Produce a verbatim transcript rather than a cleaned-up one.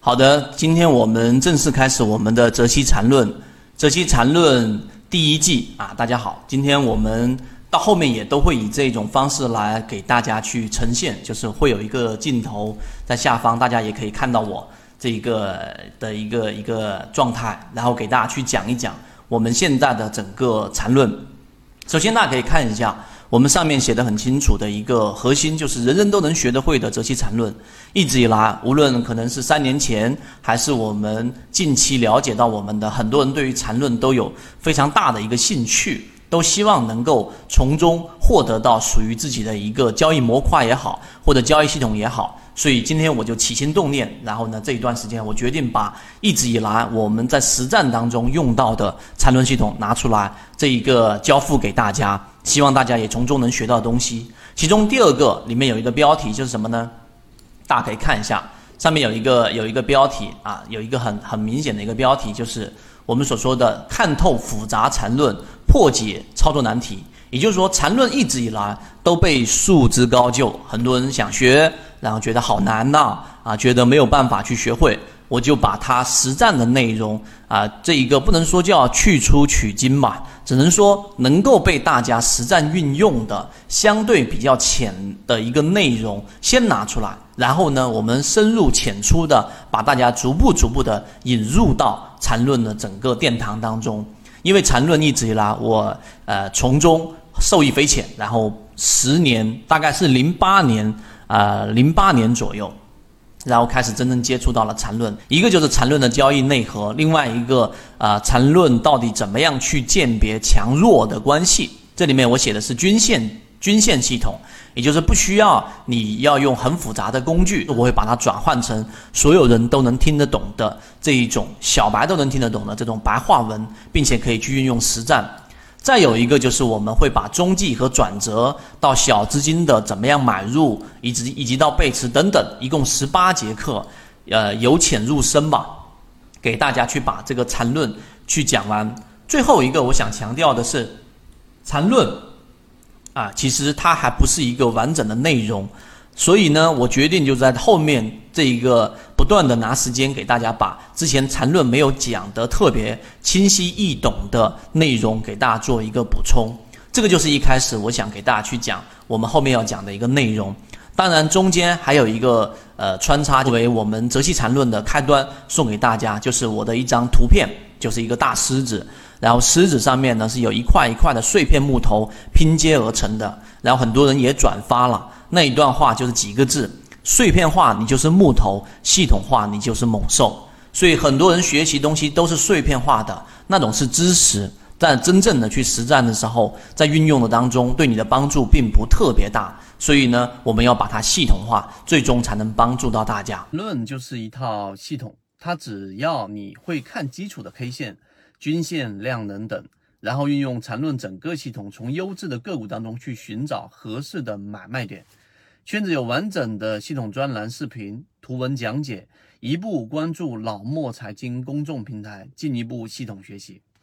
好的，今天我们正式开始我们的泽西禅论，泽西禅论第一季啊，大家好，今天我们到后面也都会以这种方式来给大家去呈现，就是会有一个镜头在下方，大家也可以看到我这个的一个一个状态，然后给大家去讲一讲我们现在的整个禅论。首先大家可以看一下我们上面写的很清楚的一个核心，就是人人都能学得会的泽西禅论。一直以来，无论可能是三年前，还是我们近期了解到我们的很多人对于禅论都有非常大的一个兴趣，都希望能够从中获得到属于自己的一个交易模块也好，或者交易系统也好。所以今天我就起心动念，然后呢这一段时间我决定把一直以来我们在实战当中用到的禅论系统拿出来，这一个交付给大家，希望大家也从中能学到东西。其中第二个里面有一个标题就是什么呢？大家可以看一下，上面有一个有一个标题啊，有一个很很明显的一个标题，就是我们所说的看透复杂禅论，破解操作难题。也就是说，禅论一直以来都被束之高就，很多人想学，然后觉得好难呐，啊，觉得没有办法去学会。我就把它实战的内容啊，这一个不能说叫去粗取精吧，只能说能够被大家实战运用的相对比较浅的一个内容先拿出来，然后呢，我们深入浅出的把大家逐步逐步的引入到禅论的整个殿堂当中。因为禅论一直以来我呃从中受益匪浅，然后十年大概是零八年呃零八年左右，然后开始真正接触到了禅论。一个就是禅论的交易内核，另外一个呃禅论到底怎么样去鉴别强弱的关系。这里面我写的是均线均线系统，也就是不需要你要用很复杂的工具，我会把它转换成所有人都能听得懂的这一种小白都能听得懂的这种白话文，并且可以去运用实战。再有一个就是我们会把中继和转折到小资金的怎么样买入，以及以及到背驰等等，一共十八节课，呃，由浅入深吧，给大家去把这个禅论去讲完。最后一个我想强调的是，禅论啊，其实它还不是一个完整的内容，所以呢，我决定就在后面这一个不断的拿时间给大家把之前禅论没有讲的特别清晰易懂的内容给大家做一个补充。这个就是一开始我想给大家去讲我们后面要讲的一个内容。当然中间还有一个呃穿插作为我们泽西禅论的开端送给大家，就是我的一张图片，就是一个大狮子，然后狮子上面呢是有一块一块的碎片木头拼接而成的，然后很多人也转发了那一段话，就是几个字：碎片化你就是木头，系统化你就是猛兽。所以很多人学习东西都是碎片化的，那种是知识，但真正的去实战的时候，在运用的当中对你的帮助并不特别大。所以呢，我们要把它系统化，最终才能帮助到大家。 论就是一套系统，它只要你会看基础的 K 线、均线、量能等，然后运用禅论整个系统，从优质的个股当中去寻找合适的买卖点。圈子有完整的系统专栏、视频、图文讲解，一步关注老莫财经公众平台，进一步系统学习。